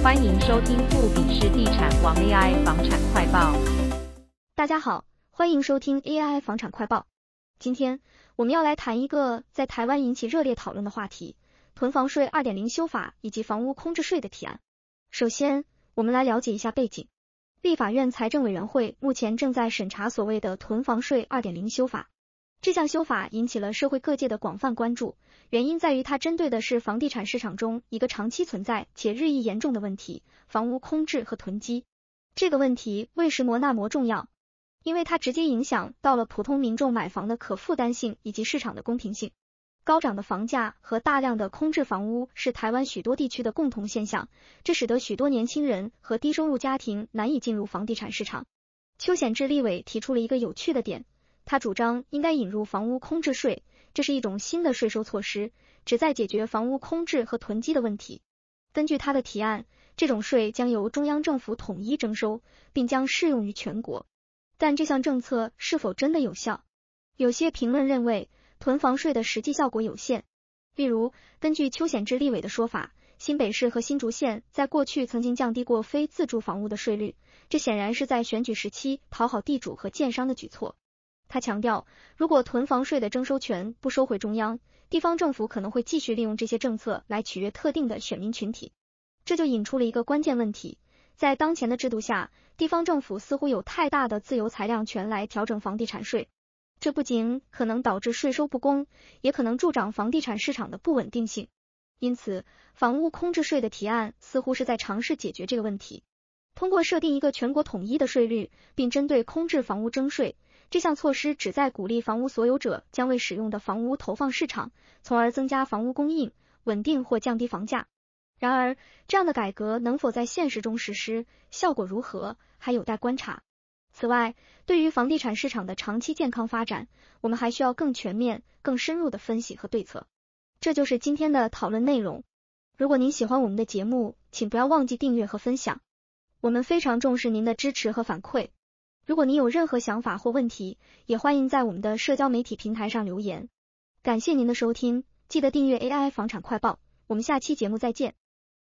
欢迎收听富比士地产王 AI 房产快报。 大家好，欢迎收听 AI 房产快报。今天我们要来谈一个在台湾引起热烈讨论的话题，囤房税 2.0 修法以及房屋空置税的提案。首先，我们来了解一下背景。立法院财政委员会目前正在审查所谓的囤房税 2.0 修法。这项修法引起了社会各界的广泛关注，原因在于它针对的是房地产市场中一个长期存在且日益严重的问题——房屋空置和囤积。这个问题为什么那么重要？因为它直接影响到了普通民众买房的可负担性以及市场的公平性。高涨的房价和大量的空置房屋是台湾许多地区的共同现象，这使得许多年轻人和低收入家庭难以进入房地产市场。邱显智立委提出了一个有趣的点，他主张应该引入房屋空置税，这是一种新的税收措施，旨在解决房屋空置和囤积的问题。根据他的提案，这种税将由中央政府统一征收，并将适用于全国。但这项政策是否真的有效？有些评论认为，囤房税的实际效果有限。例如，根据邱显智立委的说法，新北市和新竹县在过去曾经降低过非自住房屋的税率，这显然是在选举时期讨好地主和建商的举措。他强调，如果囤房税的征收权不收回中央，地方政府可能会继续利用这些政策来取悦特定的选民群体。这就引出了一个关键问题，在当前的制度下，地方政府似乎有太大的自由裁量权来调整房地产税，这不仅可能导致税收不公，也可能助长房地产市场的不稳定性。因此，房屋空置税的提案似乎是在尝试解决这个问题。通过设定一个全国统一的税率，并针对空置房屋征税，这项措施旨在鼓励房屋所有者将未使用的房屋投放市场，从而增加房屋供应，稳定或降低房价。然而，这样的改革能否在现实中实施，效果如何，还有待观察。此外，对于房地产市场的长期健康发展，我们还需要更全面、更深入的分析和对策。这就是今天的讨论内容。如果您喜欢我们的节目，请不要忘记订阅和分享。我们非常重视您的支持和反馈。如果您有任何想法或问题，也欢迎在我们的社交媒体平台上留言。感谢您的收听，记得订阅 AI 房产快报，我们下期节目再见。